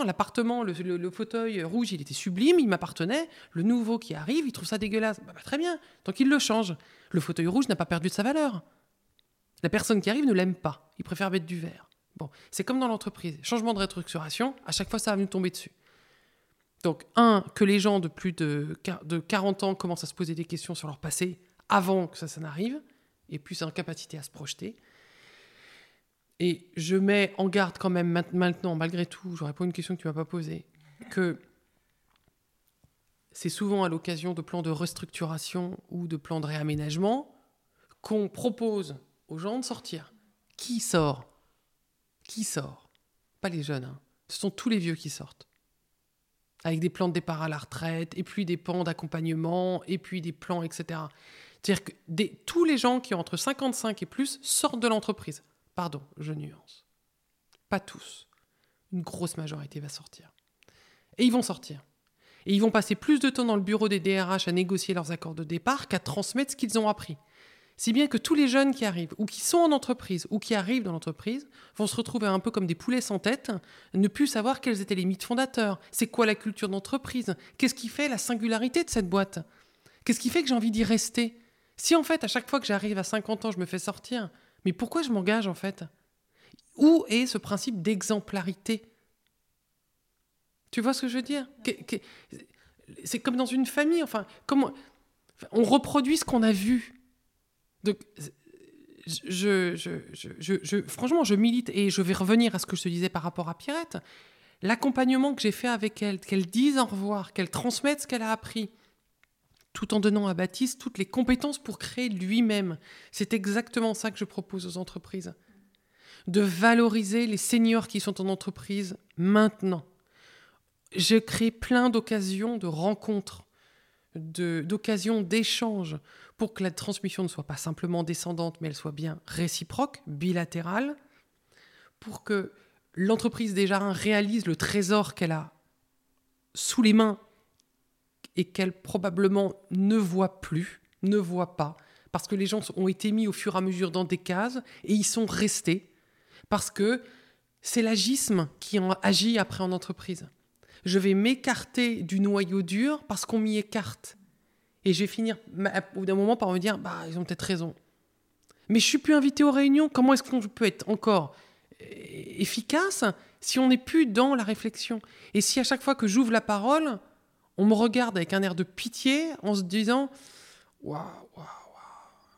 L'appartement, le fauteuil rouge, il était sublime, il m'appartenait. Le nouveau qui arrive, il trouve ça dégueulasse. Très bien, donc il le change. Le fauteuil rouge n'a pas perdu de sa valeur. La personne qui arrive ne l'aime pas. Il préfère mettre du vert. Bon, c'est comme dans l'entreprise. Changement de restructuration, à chaque fois, ça va nous tomber dessus. Donc, que les gens de plus de 40 ans commencent à se poser des questions sur leur passé avant que ça n'arrive, et plus en capacité à se projeter. Et je mets en garde quand même maintenant, malgré tout, je réponds à une question que tu ne m'as pas posée, que c'est souvent à l'occasion de plans de restructuration ou de plans de réaménagement qu'on propose aux gens de sortir. Qui sort ? Pas les jeunes, hein. Ce sont tous les vieux qui sortent. Avec des plans de départ à la retraite, et puis des plans d'accompagnement, et puis des plans, etc. C'est-à-dire que tous les gens qui ont entre 55 et plus sortent de l'entreprise. Pardon, je nuance. Pas tous. Une grosse majorité va sortir. Et ils vont sortir. Et ils vont passer plus de temps dans le bureau des DRH à négocier leurs accords de départ qu'à transmettre ce qu'ils ont appris. Si bien que tous les jeunes qui arrivent, ou qui sont en entreprise, ou qui arrivent dans l'entreprise, vont se retrouver un peu comme des poulets sans tête, ne plus savoir quels étaient les mythes fondateurs, c'est quoi la culture d'entreprise, qu'est-ce qui fait la singularité de cette boîte, qu'est-ce qui fait que j'ai envie d'y rester. Si en fait, à chaque fois que j'arrive à 50 ans, je me fais sortir, mais pourquoi je m'engage en fait ? Où est ce principe d'exemplarité ? Tu vois ce que je veux dire ? C'est comme dans une famille, on reproduit ce qu'on a vu. Donc, franchement, je milite et je vais revenir à ce que je te disais par rapport à Pierrette. L'accompagnement que j'ai fait avec elle, qu'elle dise au revoir, qu'elle transmette ce qu'elle a appris, tout en donnant à Baptiste toutes les compétences pour créer lui-même. C'est exactement ça que je propose aux entreprises. De valoriser les seniors qui sont en entreprise maintenant. Je crée plein d'occasions de rencontres, d'occasions d'échanges pour que la transmission ne soit pas simplement descendante, mais elle soit bien réciproque, bilatérale, pour que l'entreprise déjà réalise le trésor qu'elle a sous les mains et qu'elle probablement ne voit pas, parce que les gens ont été mis au fur et à mesure dans des cases et ils sont restés, parce que c'est l'agisme qui agit après en entreprise. Je vais m'écarter du noyau dur parce qu'on m'y écarte. Et je vais finir, au bout d'un moment, par me dire, ils ont peut-être raison. Mais je ne suis plus invité aux réunions. Comment est-ce qu'on peut être encore efficace si on n'est plus dans la réflexion ? Et si à chaque fois que j'ouvre la parole, on me regarde avec un air de pitié en se disant « Waouh, waouh, waouh ».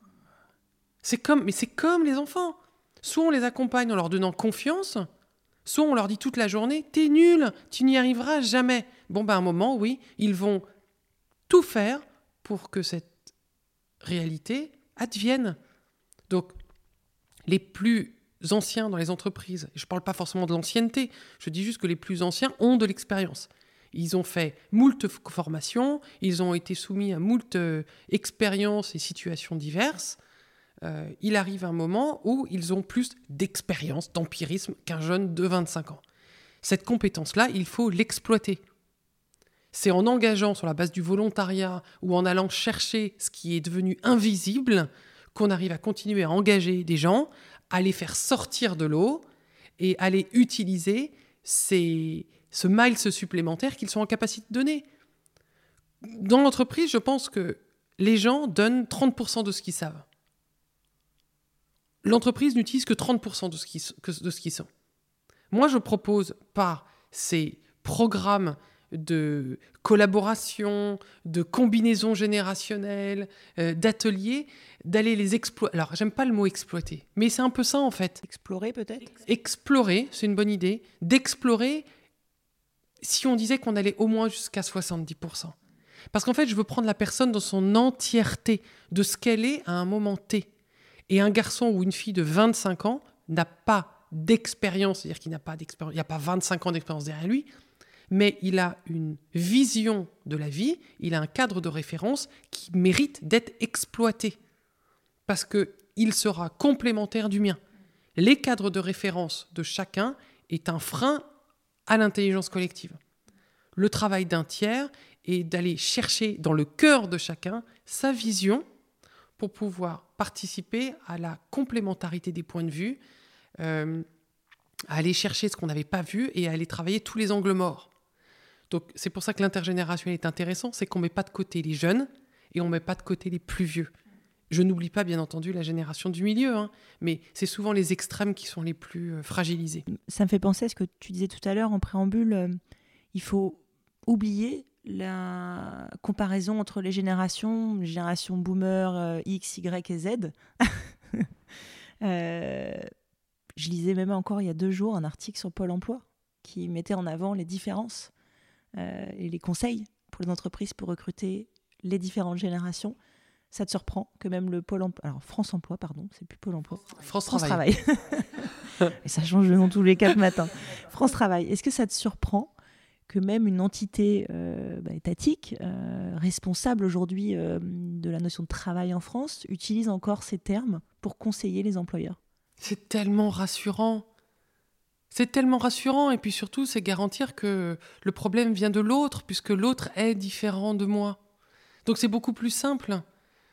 C'est comme les enfants. Soit on les accompagne en leur donnant confiance, soit on leur dit toute la journée « T'es nul, tu n'y arriveras jamais ». À un moment, oui, ils vont tout faire pour que cette réalité advienne. Donc, les plus anciens dans les entreprises, je ne parle pas forcément de l'ancienneté, je dis juste que les plus anciens ont de l'expérience. Ils ont fait moult formations, ils ont été soumis à moult expériences et situations diverses. Il arrive un moment où ils ont plus d'expérience, d'empirisme qu'un jeune de 25 ans. Cette compétence-là, il faut l'exploiter. C'est en engageant sur la base du volontariat ou en allant chercher ce qui est devenu invisible qu'on arrive à continuer à engager des gens, à les faire sortir de l'eau et à les utiliser ce miles supplémentaire qu'ils sont en capacité de donner. Dans l'entreprise, je pense que les gens donnent 30% de ce qu'ils savent. L'entreprise n'utilise que 30% de ce qu'ils sont. Moi, je propose par ces programmes de collaboration, de combinaison générationnelle, d'ateliers, d'aller les exploiter. Alors, j'aime pas le mot exploiter, mais c'est un peu ça en fait. Explorer peut-être ? Explorer, c'est une bonne idée. D'explorer, si on disait qu'on allait au moins jusqu'à 70%. Parce qu'en fait, je veux prendre la personne dans son entièreté, de ce qu'elle est à un moment T. Et un garçon ou une fille de 25 ans n'a pas d'expérience, c'est-à-dire qu'il n'a pas d'expérience, il n'y a pas 25 ans d'expérience derrière lui, mais il a une vision de la vie, il a un cadre de référence qui mérite d'être exploité, parce qu'il sera complémentaire du mien. Les cadres de référence de chacun est un frein à l'intelligence collective. Le travail d'un tiers est d'aller chercher dans le cœur de chacun sa vision pour pouvoir participer à la complémentarité des points de vue, à aller chercher ce qu'on n'avait pas vu et à aller travailler tous les angles morts. Donc c'est pour ça que l'intergénérationnel est intéressant, c'est qu'on ne met pas de côté les jeunes et on ne met pas de côté les plus vieux. Je n'oublie pas bien entendu la génération du milieu, mais c'est souvent les extrêmes qui sont les plus fragilisés. Ça me fait penser à ce que tu disais tout à l'heure en préambule, il faut oublier la comparaison entre les générations boomer, X, Y et Z. Je lisais même encore il y a 2 jours un article sur Pôle emploi qui mettait en avant les différences et les conseils pour les entreprises pour recruter les différentes générations. Ça te surprend que même le Pôle emploi, alors France Emploi, pardon, c'est plus Pôle emploi. France Travail. Et ça change de nom tous les 4 matins. France Travail. Est-ce que ça te surprend que même une entité étatique, responsable aujourd'hui de la notion de travail en France, utilise encore ces termes pour conseiller les employeurs ? C'est tellement rassurant. C'est tellement rassurant. Et puis surtout, c'est garantir que le problème vient de l'autre, puisque l'autre est différent de moi. Donc c'est beaucoup plus simple.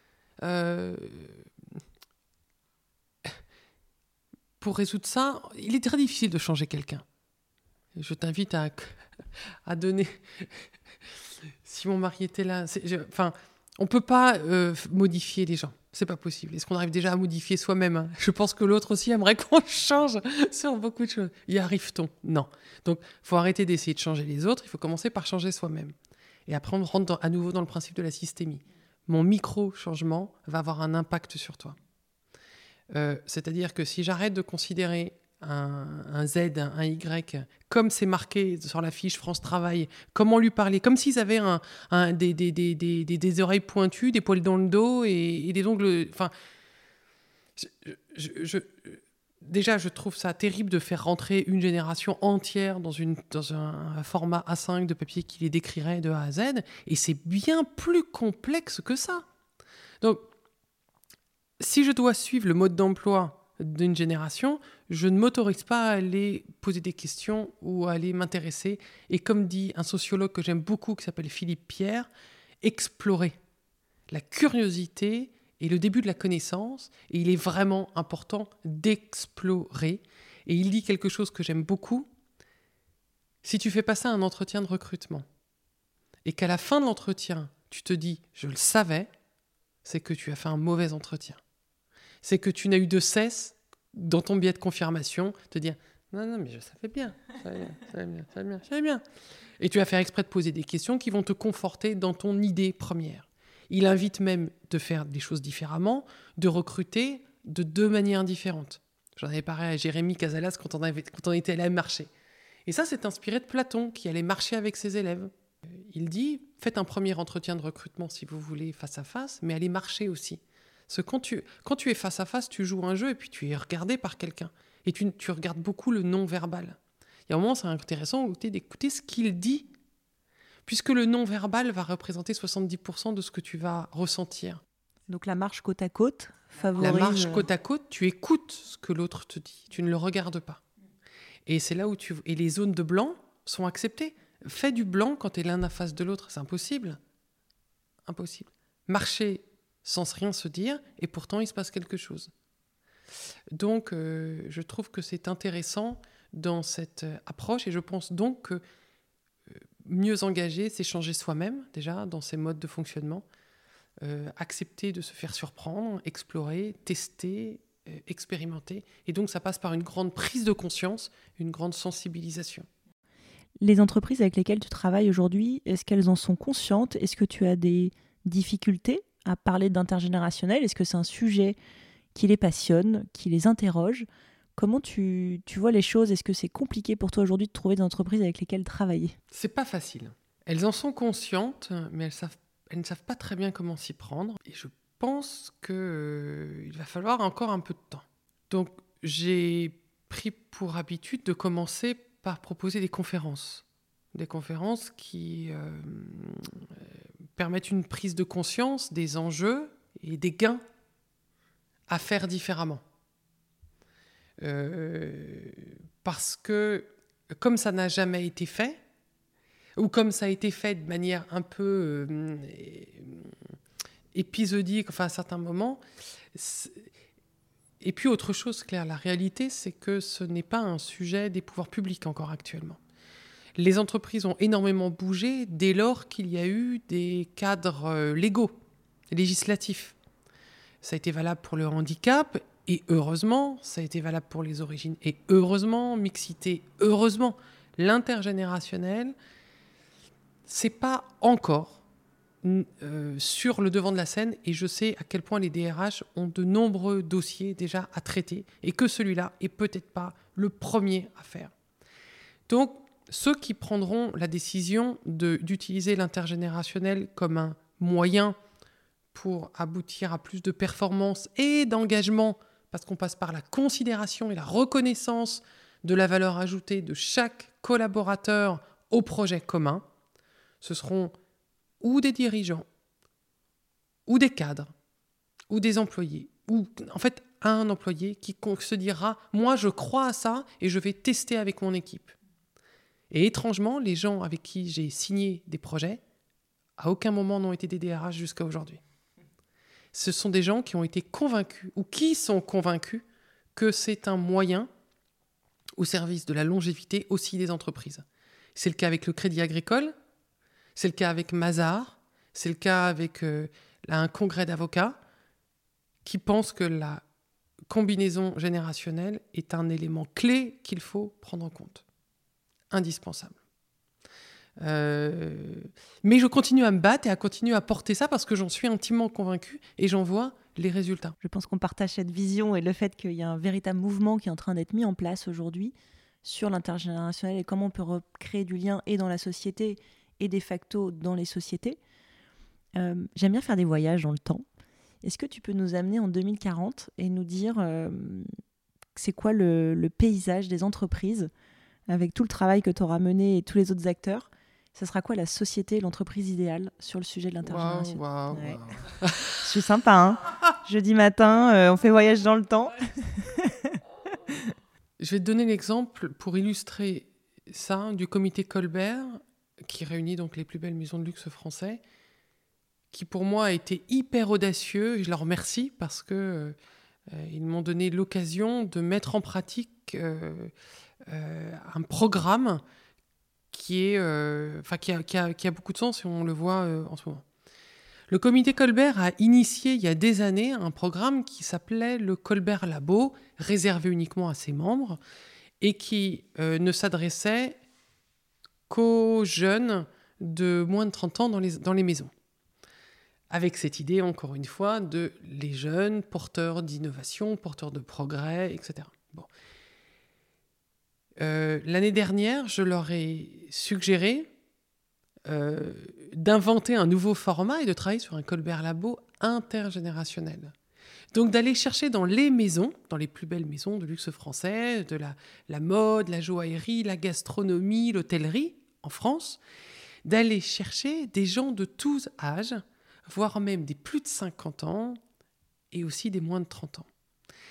Pour résoudre ça, il est très difficile de changer quelqu'un. Je t'invite à donner... Si mon mari était là... on ne peut pas modifier les gens. C'est pas possible. Est-ce qu'on arrive déjà à modifier soi-même ? Je pense que l'autre aussi aimerait qu'on change sur beaucoup de choses. Y arrive-t-on ? Non. Donc, il faut arrêter d'essayer de changer les autres. Il faut commencer par changer soi-même. Et après, on rentre à nouveau dans le principe de la systémie. Mon micro-changement va avoir un impact sur toi. C'est-à-dire que si j'arrête de considérer un Z, un Y, comme c'est marqué sur la fiche France Travail, comment lui parler, comme s'ils avaient des oreilles pointues, des poils dans le dos et des ongles... Enfin, déjà, je trouve ça terrible de faire rentrer une génération entière dans un format A5 de papier qui les décrirait de A à Z, et c'est bien plus complexe que ça. Donc, si je dois suivre le mode d'emploi d'une génération, je ne m'autorise pas à aller poser des questions ou à aller m'intéresser. Et comme dit un sociologue que j'aime beaucoup, qui s'appelle Philippe Pierre, explorer. La curiosité est le début de la connaissance, et il est vraiment important d'explorer. Et il dit quelque chose que j'aime beaucoup. Si tu fais passer un entretien de recrutement, et qu'à la fin de l'entretien, tu te dis « je le savais », c'est que tu as fait un mauvais entretien. C'est que tu n'as eu de cesse, dans ton biais de confirmation, te dire « non, mais je savais bien, ça va bien. » Et tu vas faire exprès de poser des questions qui vont te conforter dans ton idée première. Il invite même de faire des choses différemment, de recruter de 2 manières différentes. J'en avais parlé à Jérémy Casalas quand on était allé marcher. Et ça, c'est inspiré de Platon, qui allait marcher avec ses élèves. Il dit, faites un premier entretien de recrutement si vous voulez face à face, mais allez marcher aussi. Parce que quand tu es face à face, tu joues un jeu et puis tu es regardé par quelqu'un. Et tu regardes beaucoup le non-verbal. Il y a un moment, c'est intéressant d'écouter ce qu'il dit, puisque le non-verbal va représenter 70% de ce que tu vas ressentir. Donc la marche côte à côte favorise... La marche côte à côte, tu écoutes ce que l'autre te dit, tu ne le regardes pas. Et c'est là où et les zones de blanc sont acceptées. Fais du blanc quand tu es l'un en face de l'autre, c'est impossible. Impossible. Marcher sans rien se dire, et pourtant il se passe quelque chose. Donc, je trouve que c'est intéressant dans cette approche, et je pense donc que mieux engager, c'est changer soi-même, déjà, dans ses modes de fonctionnement, accepter de se faire surprendre, explorer, tester, expérimenter. Et donc, ça passe par une grande prise de conscience, une grande sensibilisation. Les entreprises avec lesquelles tu travailles aujourd'hui, est-ce qu'elles en sont conscientes ? Est-ce que tu as des difficultés à parler d'intergénérationnel ? Est-ce que c'est un sujet qui les passionne, qui les interroge ? Comment tu vois les choses ? Est-ce que c'est compliqué pour toi aujourd'hui de trouver des entreprises avec lesquelles travailler ? C'est pas facile. Elles en sont conscientes, mais elles ne savent pas très bien comment s'y prendre. Et je pense qu'il va falloir encore un peu de temps. Donc, j'ai pris pour habitude de commencer par proposer des conférences. Des conférences qui permettent une prise de conscience des enjeux et des gains à faire différemment. Parce que, comme ça n'a jamais été fait, ou comme ça a été fait de manière un peu épisodique, enfin à certains moments. Et puis autre chose, Claire, la réalité, c'est que ce n'est pas un sujet des pouvoirs publics encore actuellement. Les entreprises ont énormément bougé dès lors qu'il y a eu des cadres légaux, législatifs. Ça a été valable pour le handicap, et heureusement, ça a été valable pour les origines, et heureusement, mixité, heureusement, l'intergénérationnel, c'est pas encore sur le devant de la scène, et je sais à quel point les DRH ont de nombreux dossiers déjà à traiter, et que celui-là est peut-être pas le premier à faire. Donc, ceux qui prendront la décision d'utiliser l'intergénérationnel comme un moyen pour aboutir à plus de performance et d'engagement, parce qu'on passe par la considération et la reconnaissance de la valeur ajoutée de chaque collaborateur au projet commun, ce seront ou des dirigeants, ou des cadres, ou des employés, ou en fait un employé qui se dira « moi je crois à ça et je vais tester avec mon équipe ». Et étrangement, les gens avec qui j'ai signé des projets, à aucun moment n'ont été des DRH jusqu'à aujourd'hui. Ce sont des gens qui ont été convaincus, ou qui sont convaincus, que c'est un moyen au service de la longévité aussi des entreprises. C'est le cas avec le Crédit Agricole, c'est le cas avec Mazars, c'est le cas avec un congrès d'avocats qui pensent que la combinaison générationnelle est un élément clé qu'il faut prendre en compte. Indispensable. Mais je continue à me battre et à continuer à porter ça parce que j'en suis intimement convaincue et j'en vois les résultats. Je pense qu'on partage cette vision et le fait qu'il y a un véritable mouvement qui est en train d'être mis en place aujourd'hui sur l'intergénérationnel et comment on peut recréer du lien et dans la société et de facto dans les sociétés. J'aime bien faire des voyages dans le temps. Est-ce que tu peux nous amener en 2040 et nous dire c'est quoi le paysage des entreprises avec tout le travail que tu auras mené et tous les autres acteurs? Ça sera quoi la société, l'entreprise idéale sur le sujet de l'intergénérationnel? Wow. Je suis sympa, hein. Jeudi matin, on fait voyage dans le temps. Je vais te donner l'exemple pour illustrer ça du comité Colbert qui réunit donc les plus belles maisons de luxe français, qui pour moi a été hyper audacieux. Je leur remercie parce que ils m'ont donné l'occasion de mettre en pratique un programme qui a beaucoup de sens et on le voit en ce moment. Le comité Colbert a initié il y a des années un programme qui s'appelait le Colbert Labo, réservé uniquement à ses membres et qui ne s'adressait qu'aux jeunes de moins de 30 ans dans les maisons. Avec cette idée, encore une fois, de les jeunes porteurs d'innovation, porteurs de progrès, etc. Bon. L'année dernière, je leur ai suggéré d'inventer un nouveau format et de travailler sur un Colbert Labo intergénérationnel. Donc d'aller chercher dans les maisons, dans les plus belles maisons de luxe français, de la mode, la joaillerie, la gastronomie, l'hôtellerie en France, d'aller chercher des gens de tous âges, voire même des plus de 50 ans et aussi des moins de 30 ans.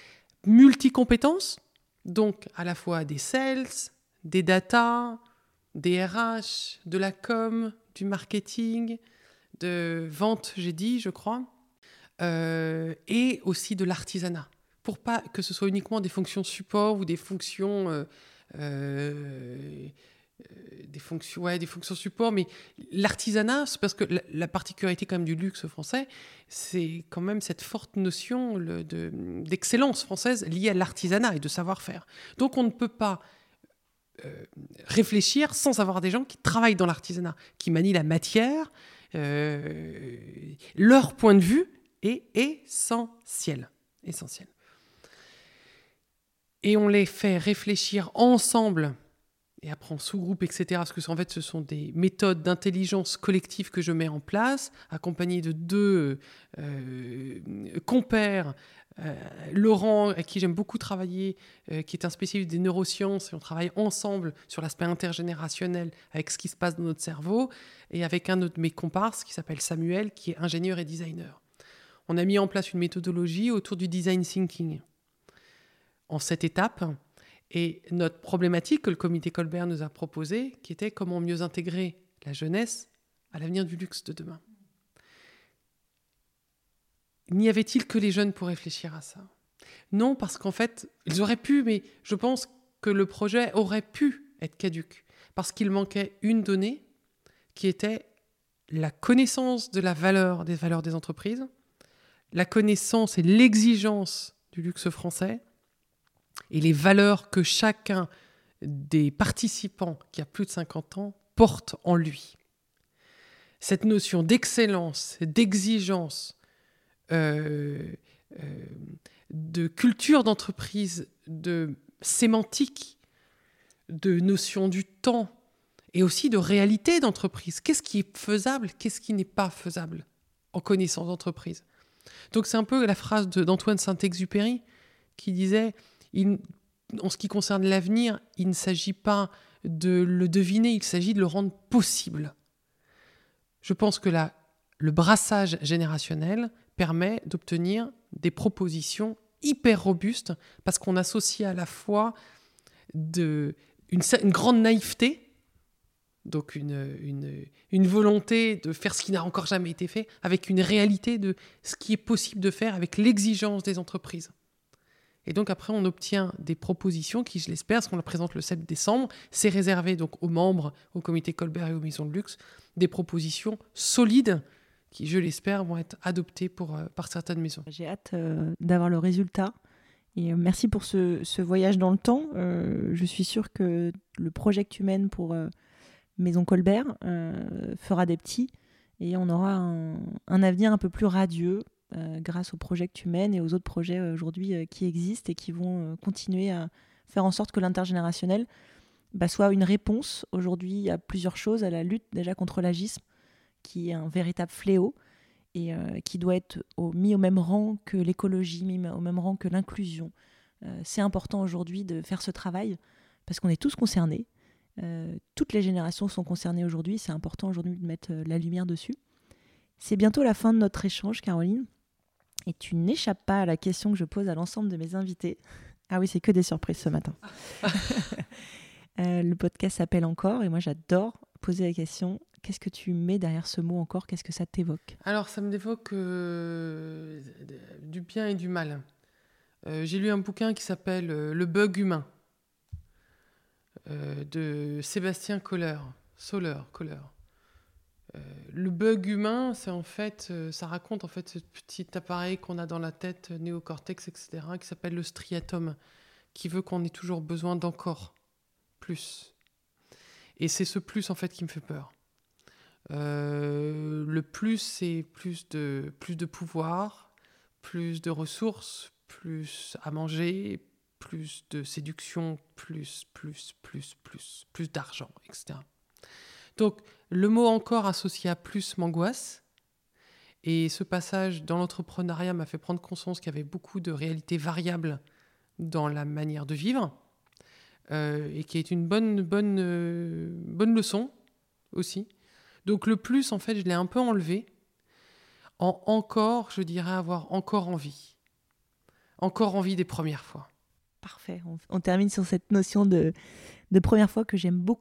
Multicompétences, donc à la fois des sales, des data, des RH, de la com, du marketing, de vente, j'ai dit, je crois, et aussi de l'artisanat, pour pas que ce soit uniquement des fonctions support ou des fonctions support, mais l'artisanat, c'est parce que la particularité quand même du luxe français, c'est quand même cette forte notion d'excellence française liée à l'artisanat et de savoir-faire. Donc on ne peut pas réfléchir sans avoir des gens qui travaillent dans l'artisanat, qui manient la matière. Leur point de vue est essentiel. Et on les fait réfléchir ensemble, et après en sous-groupe, etc. Parce que en fait, ce sont des méthodes d'intelligence collective que je mets en place, accompagnées de 2 compères. Laurent, avec qui j'aime beaucoup travailler, qui est un spécialiste des neurosciences, et on travaille ensemble sur l'aspect intergénérationnel avec ce qui se passe dans notre cerveau, et avec un autre de mes comparses qui s'appelle Samuel, qui est ingénieur et designer. On a mis en place une méthodologie autour du design thinking en 7 étapes, et notre problématique que le comité Colbert nous a proposée, qui était comment mieux intégrer la jeunesse à l'avenir du luxe de demain. N'y avait-il que les jeunes pour réfléchir à ça ? Non, parce qu'en fait, ils auraient pu, mais je pense que le projet aurait pu être caduc, parce qu'il manquait une donnée qui était la connaissance de la valeur des entreprises, la connaissance et l'exigence du luxe français, et les valeurs que chacun des participants qui a plus de 50 ans porte en lui. Cette notion d'excellence, d'exigence, de culture d'entreprise, de sémantique, de notion du temps et aussi de réalité d'entreprise. Qu'est-ce qui est faisable, qu'est-ce qui n'est pas faisable en connaissance d'entreprise. Donc c'est un peu la phrase d'Antoine Saint-Exupéry qui disait en ce qui concerne l'avenir, il ne s'agit pas de le deviner, il s'agit de le rendre possible. Je pense que le brassage générationnel permet d'obtenir des propositions hyper robustes parce qu'on associe à la fois une grande naïveté, donc une volonté de faire ce qui n'a encore jamais été fait, avec une réalité de ce qui est possible de faire avec l'exigence des entreprises. Et donc après, on obtient des propositions qui, je l'espère, parce qu'on la présente le 7 décembre, c'est réservé donc aux membres, au comité Colbert et aux maisons de luxe, des propositions solides qui, je l'espère, vont être adoptées par certaines maisons. J'ai hâte d'avoir le résultat. Et merci pour ce voyage dans le temps. Je suis sûre que le projet que tu mènes pour Maison Colbert fera des petits et on aura un avenir un peu plus radieux grâce au projet que tu mènes et aux autres projets aujourd'hui qui existent et qui vont continuer à faire en sorte que l'intergénérationnel soit une réponse aujourd'hui à plusieurs choses, à la lutte déjà contre l'agisme, qui est un véritable fléau et qui doit être mis au même rang que l'écologie, mis au même rang que l'inclusion. C'est important aujourd'hui de faire ce travail parce qu'on est tous concernés. Toutes les générations sont concernées aujourd'hui. C'est important aujourd'hui de mettre la lumière dessus. C'est bientôt la fin de notre échange, Caroline. Et tu n'échappes pas à la question que je pose à l'ensemble de mes invités. Ah oui, c'est que des surprises ce matin. Le podcast s'appelle Encore et moi j'adore poser la question. Qu'est-ce que tu mets derrière ce mot encore ? Qu'est-ce que ça t'évoque ? Alors ça me évoque du bien et du mal. J'ai lu un bouquin qui s'appelle Le bug humain de Sébastien Kohler. Le bug humain, c'est en fait, ça raconte en fait ce petit appareil qu'on a dans la tête, néocortex, etc., qui s'appelle le striatum, qui veut qu'on ait toujours besoin d'encore plus. Et c'est ce plus en fait qui me fait peur. Le plus, c'est plus de pouvoir, plus de ressources, plus à manger, plus de séduction, plus d'argent, etc. Donc, le mot encore associé à plus m'angoisse. Et ce passage dans l'entrepreneuriat m'a fait prendre conscience qu'il y avait beaucoup de réalités variables dans la manière de vivre et qui est une bonne leçon aussi. Donc, le plus, en fait, je l'ai un peu enlevé. Encore, je dirais avoir encore envie. Encore envie des premières fois. Parfait. On termine sur cette notion de première fois que j'aime beaucoup.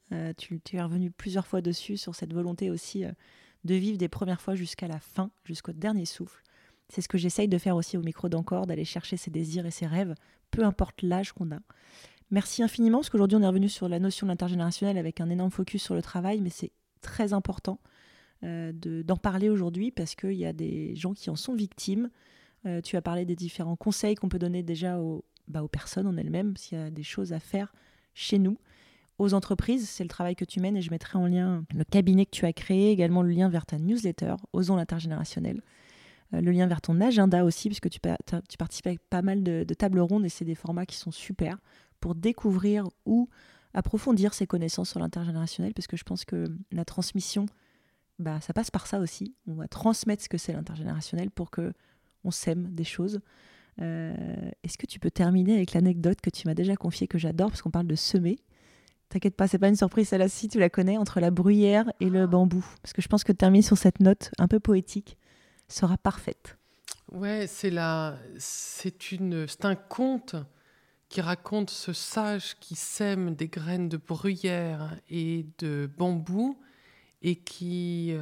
Tu es revenu plusieurs fois dessus sur cette volonté aussi de vivre des premières fois jusqu'à la fin, jusqu'au dernier souffle. C'est ce que j'essaye de faire aussi au micro d'Encore, d'aller chercher ses désirs et ses rêves, peu importe l'âge qu'on a. Merci infiniment, parce qu'aujourd'hui on est revenu sur la notion de l'intergénérationnel avec un énorme focus sur le travail, mais c'est très important d'en parler aujourd'hui parce qu'il y a des gens qui en sont victimes. Tu as parlé des différents conseils qu'on peut donner déjà aux personnes en elles-mêmes, s'il y a des choses à faire chez nous. Aux entreprises, c'est le travail que tu mènes et je mettrai en lien le cabinet que tu as créé, également le lien vers ta newsletter, Osons l'intergénérationnel, le lien vers ton agenda aussi, puisque tu participes avec pas mal de tables rondes et c'est des formats qui sont super pour découvrir ou approfondir ses connaissances sur l'intergénérationnel, parce que je pense que la transmission, ça passe par ça aussi. On va transmettre ce que c'est l'intergénérationnel pour qu'on sème des choses. Est-ce que tu peux terminer avec l'anecdote que tu m'as déjà confiée, que j'adore, parce qu'on parle de semer. T'inquiète pas, c'est pas une surprise, celle-là, si tu la connais, entre la bruyère et le bambou. Parce que je pense que terminer sur cette note un peu poétique sera parfaite. Ouais, c'est un conte qui raconte ce sage qui sème des graines de bruyère et de bambou et qui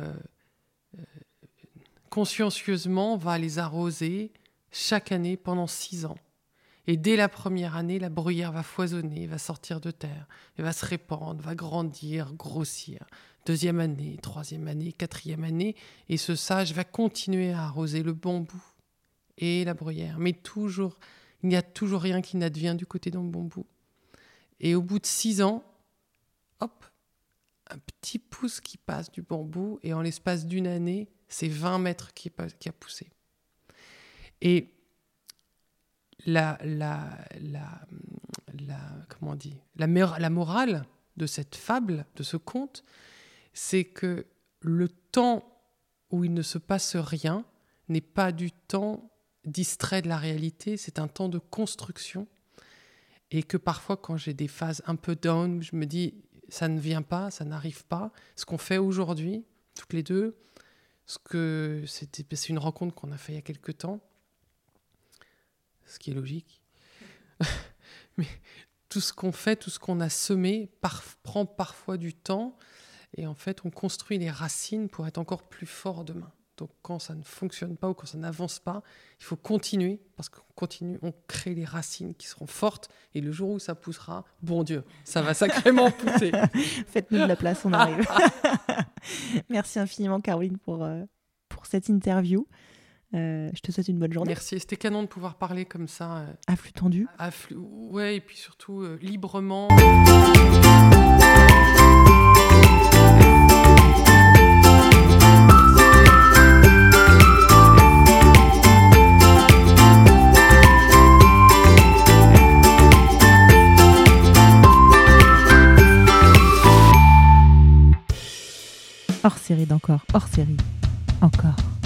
consciencieusement va les arroser chaque année pendant 6 ans. Et dès la première année, la bruyère va foisonner, va sortir de terre, elle va se répandre, va grandir, grossir. 2e année, 3e année, 4e année, et ce sage va continuer à arroser le bambou et la bruyère. Mais toujours, il n'y a toujours rien qui n'advient du côté d'un bambou. Et au bout de 6 ans, hop, un petit pouce qui passe du bambou, et en l'espace d'une année, c'est 20 mètres qui a poussé. Et la morale de cette fable, de ce conte, c'est que le temps où il ne se passe rien n'est pas du temps distrait de la réalité, c'est un temps de construction. Et que parfois, quand j'ai des phases un peu down, où je me dis, ça ne vient pas, ça n'arrive pas, ce qu'on fait aujourd'hui, toutes les deux, c'est une rencontre qu'on a fait il y a quelques temps, ce qui est logique. Mais tout ce qu'on fait, tout ce qu'on a semé prend parfois du temps et en fait on construit les racines pour être encore plus fort demain. Donc quand ça ne fonctionne pas ou quand ça n'avance pas, il faut continuer parce qu'on continue, on crée les racines qui seront fortes et le jour où ça poussera, bon Dieu, ça va sacrément pousser. Faites-nous de la place, on arrive. Merci infiniment Caroline pour cette interview. Je te souhaite une bonne journée. Merci, c'était canon de pouvoir parler comme ça. À flux tendu. Ouais, et puis surtout librement. Hors série d'encore, hors série, encore.